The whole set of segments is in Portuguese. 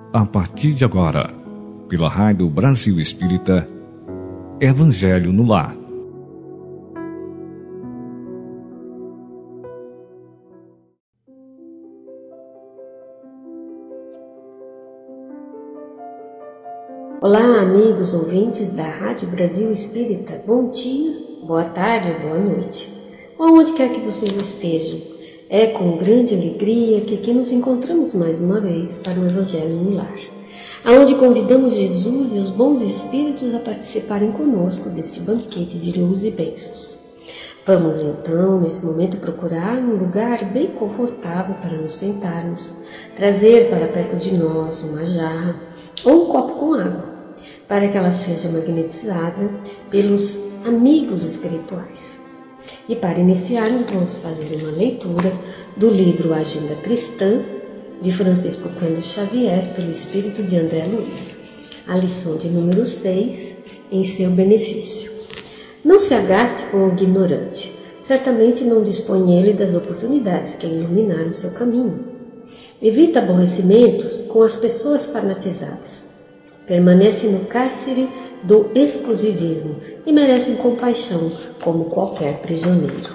A partir de agora, pela Rádio Brasil Espírita, Evangelho no Lar. Olá, amigos ouvintes da Rádio Brasil Espírita. Bom dia, boa tarde, boa noite. Onde quer que vocês estejam, é com grande alegria que aqui nos encontramos mais uma vez para o Evangelho no Lar, onde convidamos Jesus e os bons espíritos a participarem conosco deste banquete de luz e bênçãos. Vamos então, nesse momento, procurar um lugar bem confortável para nos sentarmos, trazer para perto de nós uma jarra ou um copo com água, para que ela seja magnetizada pelos amigos espirituais. E para iniciarmos, vamos fazer uma leitura do livro Agenda Cristã, de Francisco Cândido Xavier, pelo Espírito de André Luiz. A lição de número 6, em seu benefício. Não se agaste com o ignorante, certamente não dispõe ele das oportunidades que iluminaram seu caminho. Evita aborrecimentos com as pessoas fanatizadas. Permanece no cárcere do exclusivismo e merecem compaixão como qualquer prisioneiro.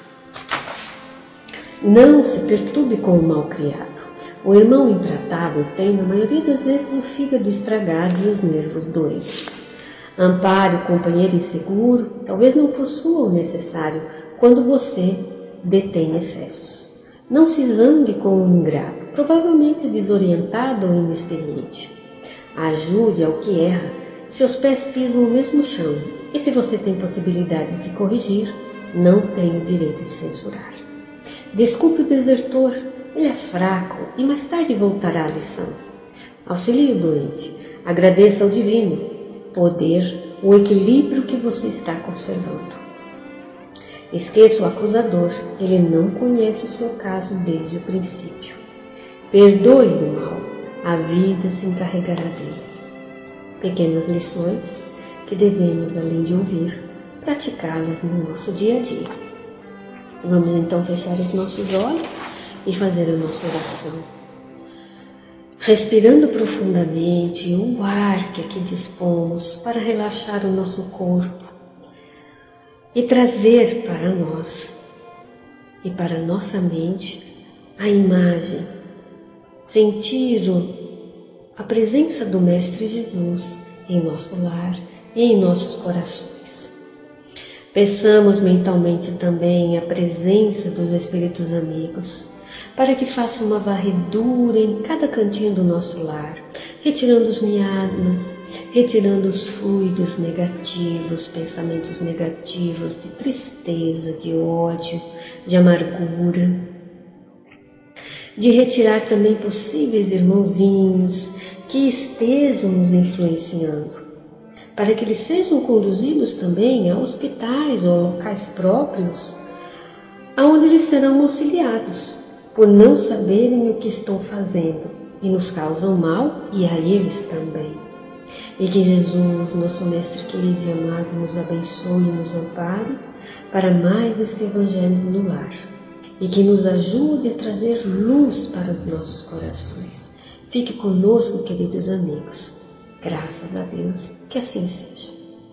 Não se perturbe com o mal-criado. O irmão intratável tem, na maioria das vezes, o fígado estragado e os nervos doentes. Ampare o companheiro inseguro, talvez não possua o necessário quando você detém excessos. Não se zangue com o ingrato, provavelmente desorientado ou inexperiente. Ajude ao que erra, seus pés pisam o mesmo chão, e se você tem possibilidades de corrigir, não tem o direito de censurar. Desculpe o desertor, ele é fraco e mais tarde voltará à lição. Auxilie o doente, agradeça ao divino poder o equilíbrio que você está conservando. Esqueça o acusador, ele não conhece o seu caso desde o princípio. Perdoe o mal, a vida se encarregará dele. Pequenas lições que devemos, além de ouvir, praticá-las no nosso dia a dia. Vamos então fechar os nossos olhos e fazer a nossa oração. Respirando profundamente o ar que aqui dispomos para relaxar o nosso corpo e trazer para nós e para nossa mente a imagem, sentir a presença do Mestre Jesus em nosso lar e em nossos corações. Peçamos mentalmente também a presença dos Espíritos amigos, para que faça uma varredura em cada cantinho do nosso lar, retirando os miasmas, retirando os fluidos negativos, pensamentos negativos de tristeza, de ódio, de amargura, de retirar também possíveis irmãozinhos que estejam nos influenciando, para que eles sejam conduzidos também a hospitais ou locais próprios, aonde eles serão auxiliados, por não saberem o que estão fazendo e nos causam mal e a eles também. E que Jesus, nosso Mestre querido e amado, nos abençoe e nos ampare para mais este Evangelho no lar e que nos ajude a trazer luz para os nossos corações. Fique conosco, queridos amigos. Graças a Deus, que assim seja.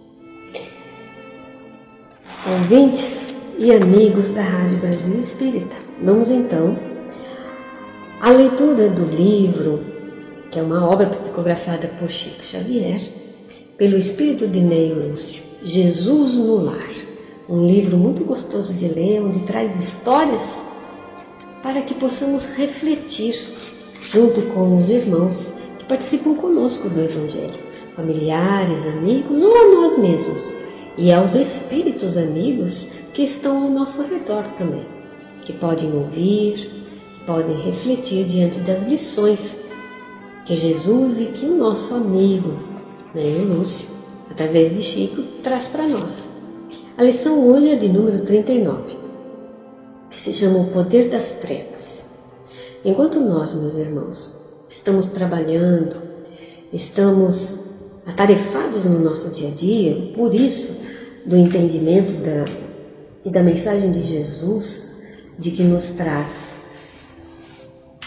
Ouvintes e amigos da Rádio Brasil Espírita, vamos então à leitura do livro, que é uma obra psicografada por Chico Xavier, pelo espírito de Ney Lúcio, Jesus no Lar. Um livro muito gostoso de ler, onde traz histórias para que possamos refletir junto com os irmãos que participam conosco do Evangelho, familiares, amigos ou a nós mesmos, e aos espíritos amigos que estão ao nosso redor também, que podem ouvir, que podem refletir diante das lições que Jesus e que o nosso amigo, o Lúcio, através de Chico, traz para nós. A lição hoje é de número 39, que se chama O Poder das Trevas. Enquanto nós, meus irmãos, estamos trabalhando, estamos atarefados no nosso dia a dia, por isso, do entendimento e da mensagem de Jesus, de que nos traz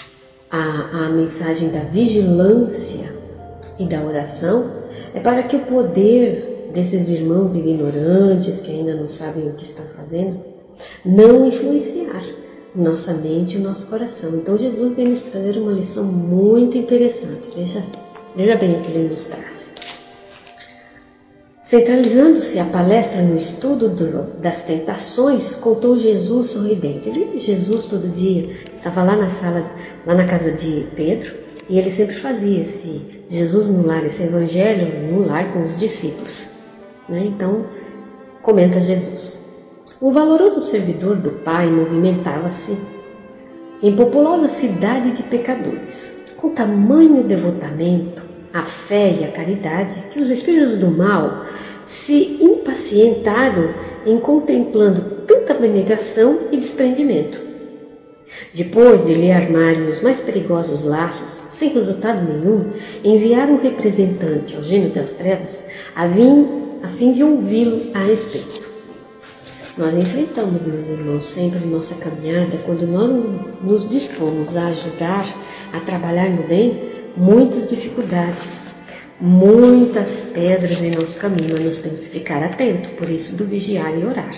a mensagem da vigilância e da oração é para que o poder desses irmãos ignorantes que ainda não sabem o que estão fazendo não influenciar nossa mente e o nosso coração. Então Jesus vem nos trazer uma lição muito interessante. Veja bem o que ele nos traz. Centralizando-se a palestra no estudo das tentações, contou Jesus sorridente. Jesus todo dia estava lá na sala, lá na casa de Pedro, e ele sempre fazia esse Jesus no lar, esse evangelho no lar com os discípulos. Então, comenta Jesus. Um valoroso servidor do Pai movimentava-se em populosa cidade de pecadores, com tamanho devotamento, a fé e a caridade, que os espíritos do mal se impacientaram em contemplando tanta abnegação e desprendimento. Depois de lhe armarem os mais perigosos laços, sem resultado nenhum, enviaram um representante ao gênio das trevas a fim de ouvi-lo a respeito. Nós enfrentamos, meus irmãos, sempre em nossa caminhada, quando nós nos dispomos a ajudar, a trabalhar no bem, muitas dificuldades, muitas pedras em nosso caminho, mas nós temos que ficar atentos, por isso do vigiar e orar.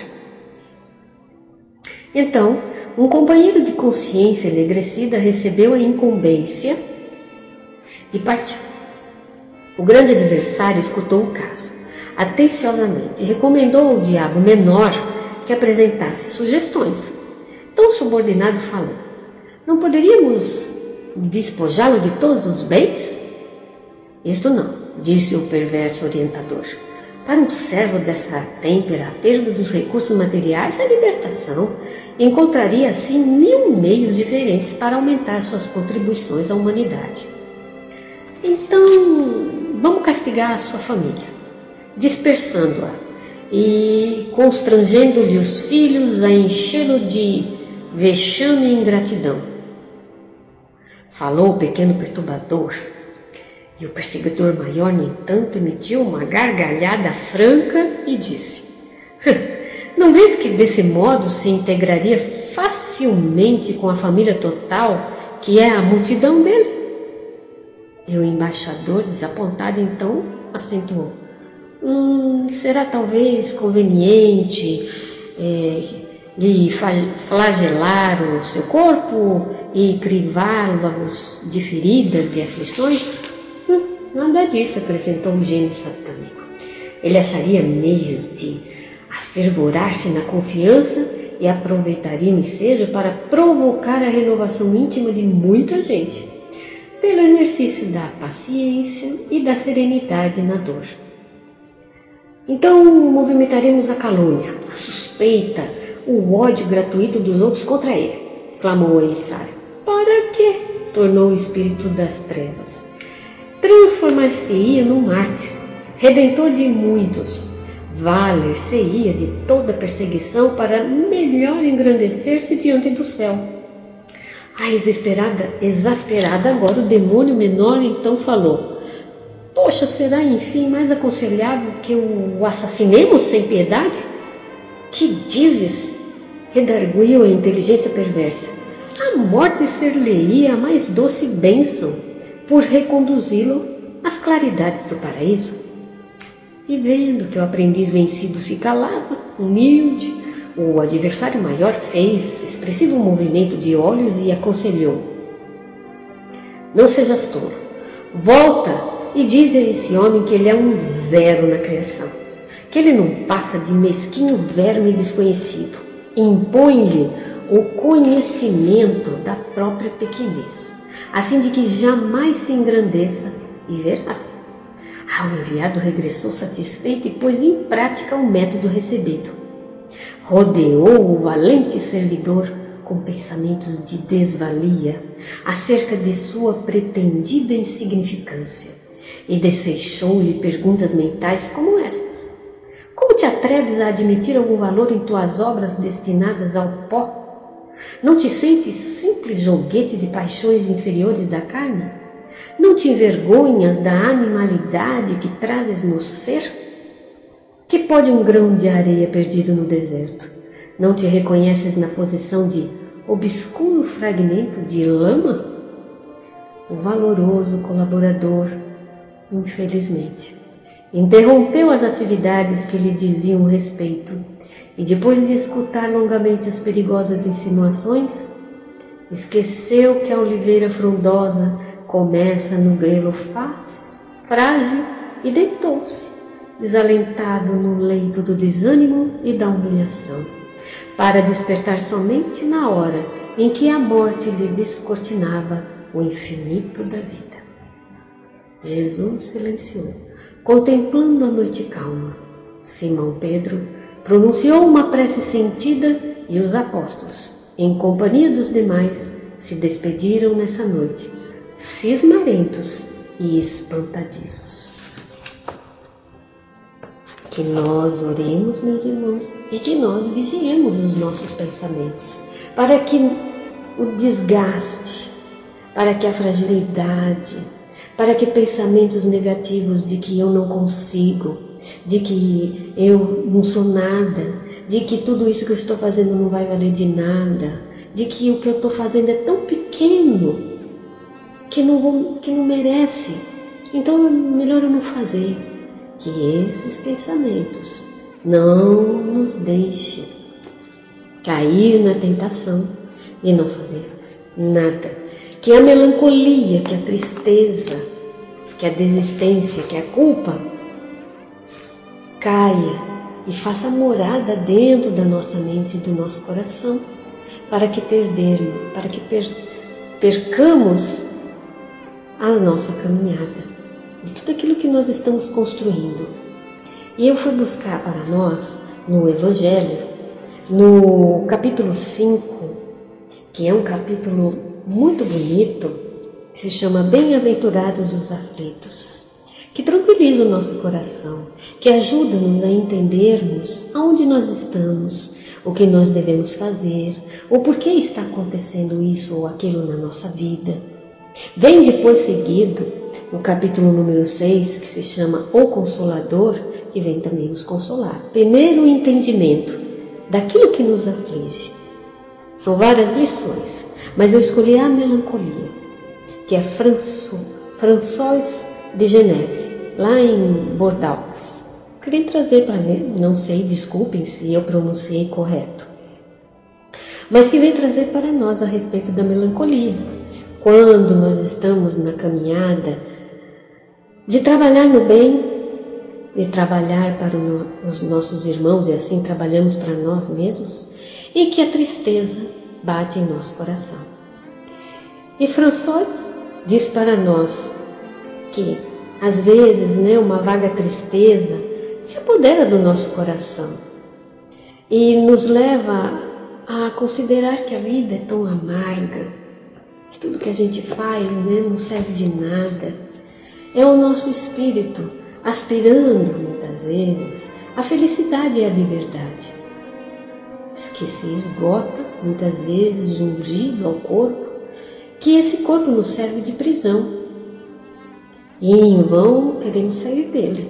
Então, um companheiro de consciência enegrecida recebeu a incumbência e partiu. O grande adversário escutou o caso atenciosamente e recomendou ao diabo menor que apresentasse sugestões. Então o subordinado falou: não poderíamos despojá-lo de todos os bens? Isto não, disse o perverso orientador. Para um servo dessa têmpera, a perda dos recursos materiais é libertação. Encontraria assim 1000 meios diferentes para aumentar suas contribuições à humanidade. Então, vamos castigar a sua família, dispersando-a e constrangendo-lhe os filhos a enchê-lo de vexame e ingratidão. Falou o pequeno perturbador, e o perseguidor maior, no entanto, emitiu uma gargalhada franca e disse: não vês que desse modo se integraria facilmente com a família total, que é a multidão dele? E o embaixador, desapontado, então, acentuou: será talvez conveniente lhe flagelar o seu corpo e crivá-los de feridas e aflições? Nada disso, acrescentou o gênio satânico. Ele acharia meios de afervorar-se na confiança e aproveitaria o ensejo para provocar a renovação íntima de muita gente, pelo exercício da paciência e da serenidade na dor. Então movimentaremos a calúnia, a suspeita, o ódio gratuito dos outros contra ele, clamou Elissário. Para quê? Tornou o espírito das trevas. Transformar-se-ia num mártir, redentor de muitos, valer-se-ia de toda perseguição para melhor engrandecer-se diante do céu. Exasperada agora, o demônio menor então falou: poxa, será enfim mais aconselhável que o assassinemos sem piedade? Que dizes? Redarguiu a inteligência perversa. A morte ser-lhe-ia a mais doce bênção, por reconduzi-lo às claridades do paraíso. E vendo que o aprendiz vencido se calava, humilde, o adversário maior fez expressivo movimento de olhos e aconselhou: não sejas tolo, volta e diz a esse homem que ele é um zero na criação, que ele não passa de mesquinho verme desconhecido. Impõe-lhe o conhecimento da própria pequenez, a fim de que jamais se engrandeça, e verás. O enviado regressou satisfeito e pôs em prática o método recebido. Rodeou o valente servidor com pensamentos de desvalia acerca de sua pretendida insignificância e desfechou-lhe perguntas mentais como estas: como te atreves a admitir algum valor em tuas obras destinadas ao pó? Não te sentes simples joguete de paixões inferiores da carne? Não te envergonhas da animalidade que trazes no ser? Que pode um grão de areia perdido no deserto? Não te reconheces na posição de obscuro fragmento de lama? o valoroso colaborador, infelizmente, interrompeu as atividades que lhe diziam respeito e, depois de escutar longamente as perigosas insinuações, esqueceu que a oliveira frondosa começa no grelo frágil e deitou-se, desalentado no leito do desânimo e da humilhação, para despertar somente na hora em que a morte lhe descortinava o infinito da vida. Jesus silenciou, contemplando a noite calma. Simão Pedro pronunciou uma prece sentida e os apóstolos, em companhia dos demais, se despediram nessa noite, cismarentos e espantadiços. Que nós oremos, meus irmãos, e que nós vigiemos os nossos pensamentos, para que o desgaste, para que a fragilidade, para que pensamentos negativos de que eu não consigo, de que eu não sou nada, de que tudo isso que eu estou fazendo não vai valer de nada, de que o que eu estou fazendo é tão pequeno que não merece, então é melhor eu não fazer. Que esses pensamentos não nos deixem cair na tentação de não fazer nada. Que a melancolia, que a tristeza, que a desistência, que a culpa caia e faça morada dentro da nossa mente e do nosso coração, para que percamos a nossa caminhada, de tudo aquilo que nós estamos construindo. E eu fui buscar para nós, no Evangelho, no capítulo 5, que é um capítulo muito bonito, que se chama Bem-aventurados os aflitos, que tranquiliza o nosso coração, que ajuda-nos a entendermos aonde nós estamos, o que nós devemos fazer, o porquê está acontecendo isso ou aquilo na nossa vida. Vem depois seguido o capítulo número 6, que se chama O Consolador, que vem também nos consolar. Primeiro, o entendimento daquilo que nos aflige. São várias lições, mas eu escolhi a melancolia, que é François de Geneve, lá em Bordeaux. Queria trazer para mim, não sei, desculpem se eu pronunciei correto, mas que vem trazer para nós a respeito da melancolia. Quando nós estamos na caminhada de trabalhar no bem, de trabalhar para os nossos irmãos, e assim trabalhamos para nós mesmos, e que a tristeza bate em nosso coração. E François diz para nós que, às vezes, uma vaga tristeza se apodera do nosso coração e nos leva a considerar que a vida é tão amarga, que tudo que a gente faz não serve de nada. É o nosso espírito aspirando, muitas vezes, a felicidade e a liberdade, que se esgota, muitas vezes, ungido ao corpo, que esse corpo nos serve de prisão, e em vão queremos sair dele.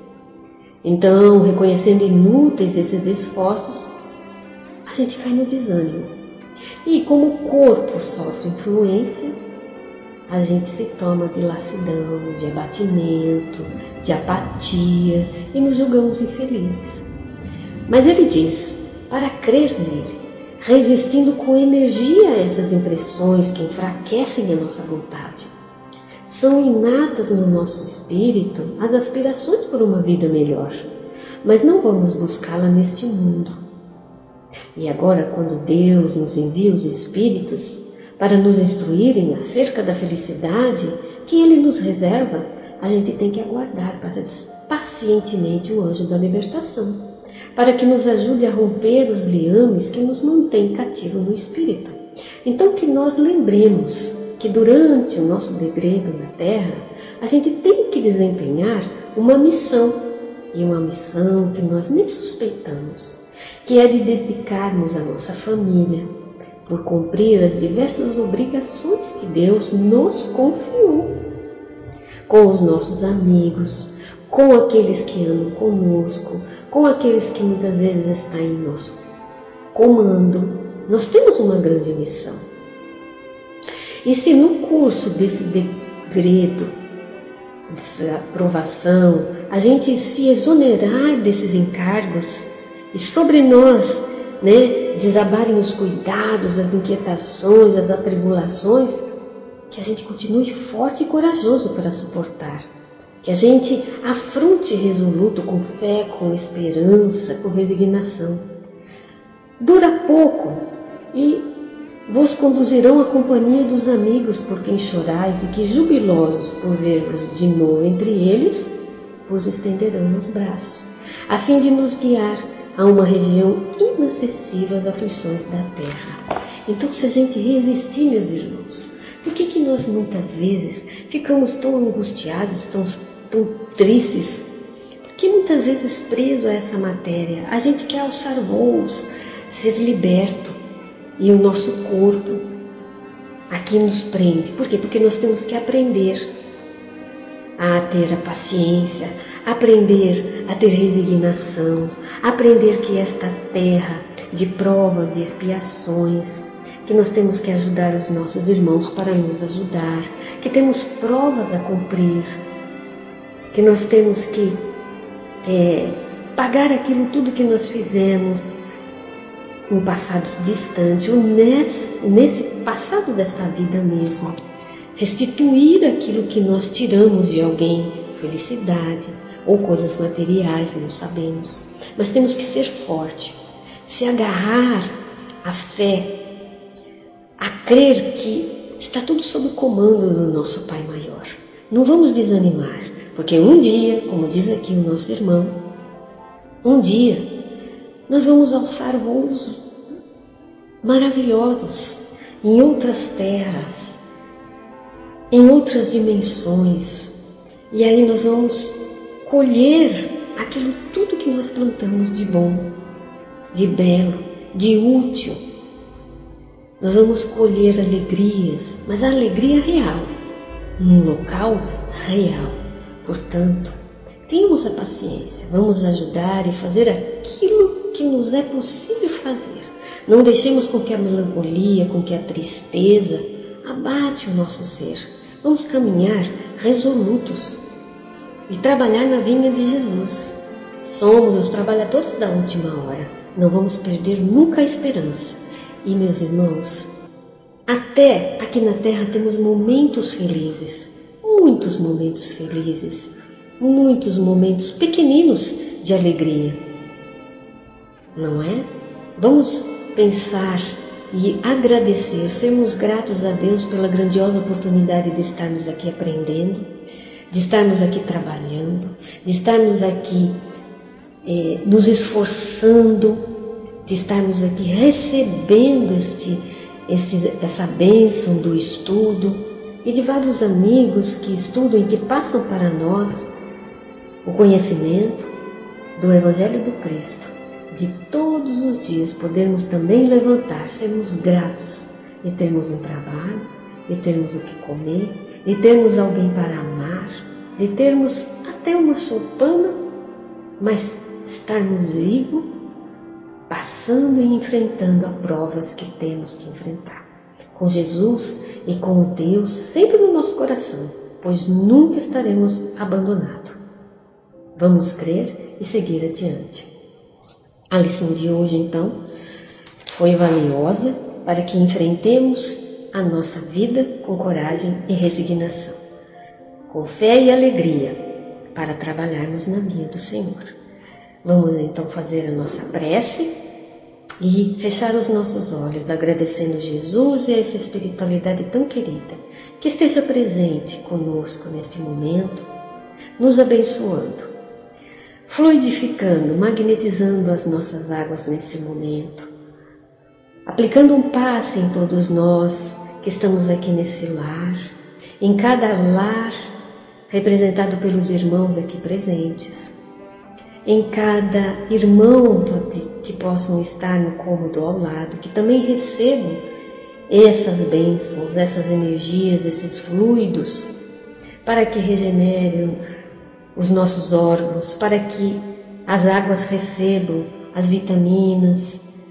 Então, reconhecendo inúteis esses esforços, a gente cai no desânimo. E como o corpo sofre influência, a gente se toma de lassidão, de abatimento, de apatia e nos julgamos infelizes. Mas ele diz, para crer nele, resistindo com energia a essas impressões que enfraquecem a nossa vontade. São inatas no nosso espírito as aspirações por uma vida melhor, mas não vamos buscá-la neste mundo. E agora, quando Deus nos envia os espíritos para nos instruírem acerca da felicidade que Ele nos reserva, a gente tem que aguardar pacientemente o anjo da libertação, para que nos ajude a romper os liames que nos mantêm cativos no espírito. Então, que nós lembremos que durante o nosso degredo na Terra, a gente tem que desempenhar uma missão, e uma missão que nós nem suspeitamos, que é de dedicarmos a nossa família, por cumprir as diversas obrigações que Deus nos confiou, com os nossos amigos, com aqueles que andam conosco, com aqueles que muitas vezes estão em nosso comando. Nós temos uma grande missão. E se no curso desse degredo, dessa provação, a gente se exonerar desses encargos e sobre nós, desabarem os cuidados, as inquietações, as atribulações, que a gente continue forte e corajoso para suportar. Que a gente afronte resoluto, com fé, com esperança, com resignação. Dura pouco e vos conduzirão à companhia dos amigos por quem chorais e que, jubilosos por ver-vos de novo entre eles, vos estenderão os braços, a fim de nos guiar a uma região inacessível às aflições da terra. Então, se a gente resistir, meus irmãos, por que nós muitas vezes ficamos tão angustiados, tão tristes? Porque muitas vezes preso a essa matéria, a gente quer alçar voos, ser liberto, e o nosso corpo aqui nos prende. Por quê? Porque nós temos que aprender a ter a paciência, aprender a ter resignação, aprender que esta terra de provas e expiações, que nós temos que ajudar os nossos irmãos para nos ajudar, que temos provas a cumprir, que nós temos que pagar aquilo tudo que nós fizemos em passados distantes, ou nesse passado dessa vida mesmo, restituir aquilo que nós tiramos de alguém, felicidade ou coisas materiais, não sabemos, mas temos que ser forte, se agarrar à fé, a crer que está tudo sob o comando do nosso Pai Maior. Não vamos desanimar, porque um dia, como diz aqui o nosso irmão, um dia nós vamos alçar voos maravilhosos em outras terras, em outras dimensões, e aí nós vamos colher aquilo tudo que nós plantamos de bom, de belo, de útil. Nós vamos colher alegrias, mas a alegria real, num local real. Portanto, tenhamos a paciência, vamos ajudar e fazer aquilo que nos é possível fazer. Não deixemos com que a melancolia, com que a tristeza abate o nosso ser. Vamos caminhar resolutos e trabalhar na vinha de Jesus. Somos os trabalhadores da última hora. Não vamos perder nunca a esperança. E, meus irmãos, até aqui na Terra temos momentos felizes, muitos momentos felizes, muitos momentos pequeninos de alegria, não é? Vamos pensar e agradecer, sermos gratos a Deus pela grandiosa oportunidade de estarmos aqui aprendendo, de estarmos aqui trabalhando, de estarmos aqui nos esforçando, de estarmos aqui recebendo essa bênção do estudo e de vários amigos que estudam e que passam para nós o conhecimento do Evangelho do Cristo. De todos os dias podermos também levantar, sermos gratos e termos um trabalho, e termos o que comer, e termos alguém para amar, e termos até uma choupana, mas estarmos vivos, passando e enfrentando as provas que temos que enfrentar. Com Jesus e com Deus sempre no nosso coração, pois nunca estaremos abandonados. Vamos crer e seguir adiante. A lição de hoje, então, foi valiosa para que enfrentemos a nossa vida com coragem e resignação, com fé e alegria, para trabalharmos na vinha do Senhor. Vamos então fazer a nossa prece e fechar os nossos olhos, agradecendo Jesus e essa espiritualidade tão querida, que esteja presente conosco neste momento, nos abençoando, fluidificando, magnetizando as nossas águas neste momento, aplicando um passe em todos nós que estamos aqui nesse lar, em cada lar representado pelos irmãos aqui presentes, em cada irmão que possam estar no cômodo ao lado, que também recebam essas bênçãos, essas energias, esses fluidos, para que regenerem os nossos órgãos, para que as águas recebam as vitaminas,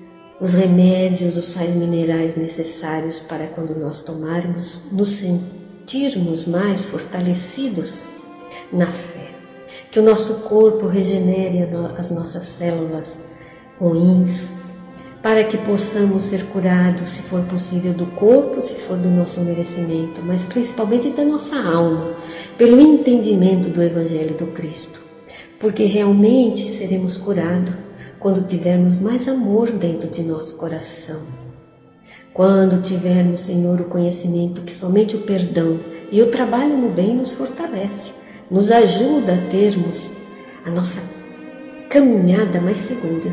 os remédios, os sais minerais necessários para quando nós tomarmos, nos sentirmos mais fortalecidos na fé. Que o nosso corpo regenere as nossas células ruins, para que possamos ser curados, se for possível, do corpo, se for do nosso merecimento, mas principalmente da nossa alma, pelo entendimento do Evangelho do Cristo. Porque realmente seremos curados quando tivermos mais amor dentro de nosso coração. Quando tivermos, Senhor, o conhecimento que somente o perdão e o trabalho no bem nos fortalece, nos ajuda a termos a nossa caminhada mais segura.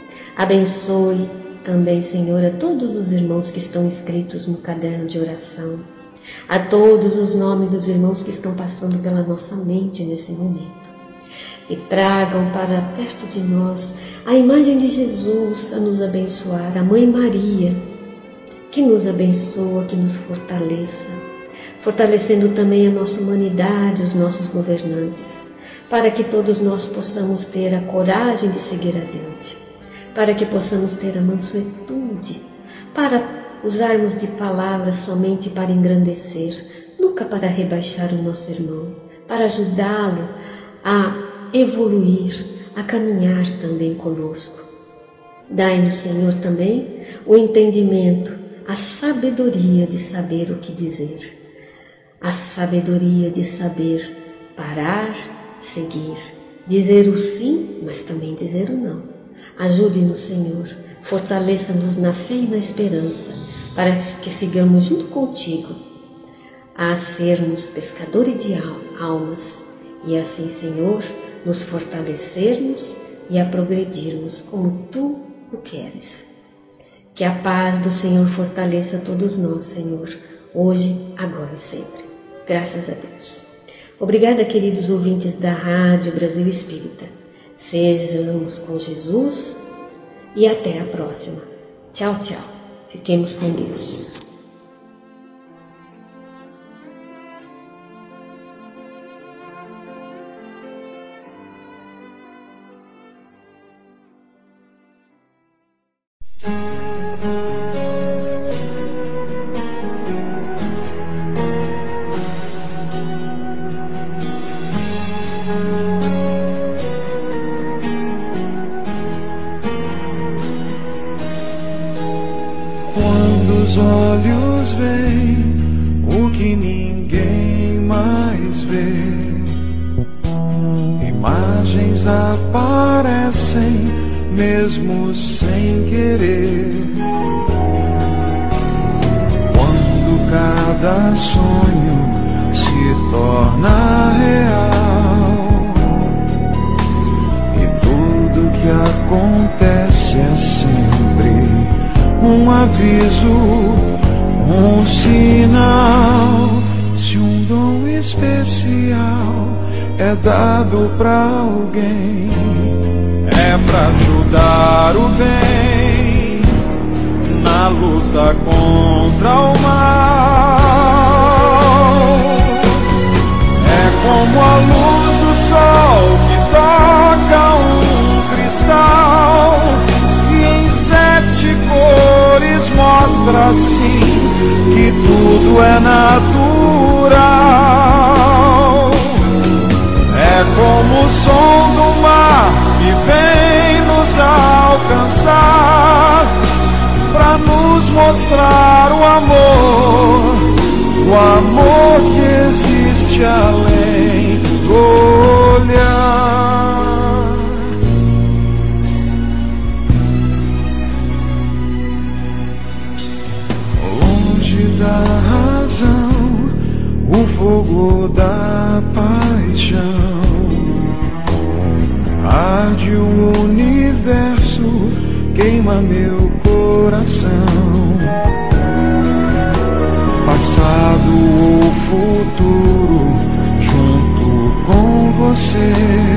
Abençoe também, Senhor, a todos os irmãos que estão inscritos no caderno de oração, a todos os nomes dos irmãos que estão passando pela nossa mente nesse momento. E tragam para perto de nós a imagem de Jesus a nos abençoar, a Mãe Maria, que nos abençoa, que nos fortaleça, fortalecendo também a nossa humanidade, os nossos governantes, para que todos nós possamos ter a coragem de seguir adiante, para que possamos ter a mansuetude, para usarmos de palavras somente para engrandecer, nunca para rebaixar o nosso irmão, para ajudá-lo a evoluir, a caminhar também conosco. Dai-nos, Senhor, também o entendimento, a sabedoria de saber o que dizer, a sabedoria de saber parar, seguir, dizer o sim, mas também dizer o não. Ajude-nos, Senhor, fortaleça-nos na fé e na esperança, para que sigamos junto contigo a sermos pescadores de almas e assim, Senhor, nos fortalecermos e a progredirmos como Tu o queres. Que a paz do Senhor fortaleça todos nós, Senhor, hoje, agora e sempre. Graças a Deus. Obrigada, queridos ouvintes da Rádio Brasil Espírita. Sejamos com Jesus e até a próxima. Tchau, tchau. Fiquemos com Deus. Os olhos veem o que ninguém mais vê. Imagens aparecem mesmo sem querer. Quando cada sonho se torna real e tudo que acontece é sempre um aviso, um sinal. Se um dom especial é dado pra alguém, é pra ajudar o bem na luta contra o mal. É como a luz do sol que toca um cristal e em 7 cores mostra assim que tudo é natural. É como o som do mar que vem nos alcançar pra nos mostrar o amor que existe além do olhar. Da razão, o fogo da paixão arde o universo, queima meu coração. Passado ou futuro, junto com você,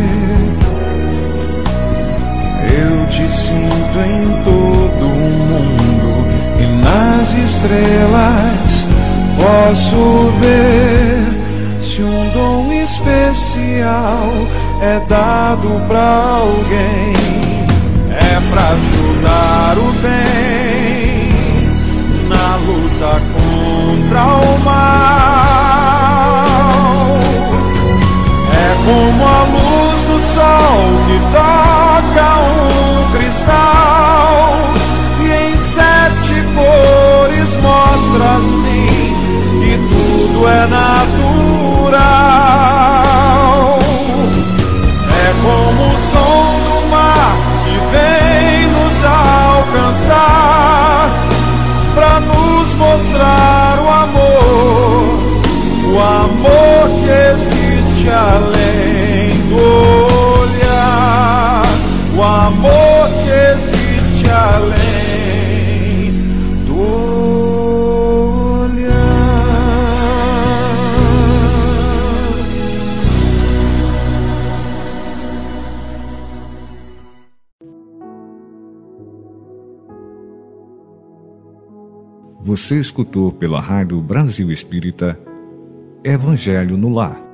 eu te sinto em todo o mundo e nas estrelas posso ver. Se um dom especial é dado pra alguém, é pra ajudar o bem isso é natural. É como o som do mar que vem nos alcançar, pra nos mostrar o amor que existe além do olhar, o amor que existe além do olhar. Você escutou pela Rádio Brasil Espírita Evangelho no Lar.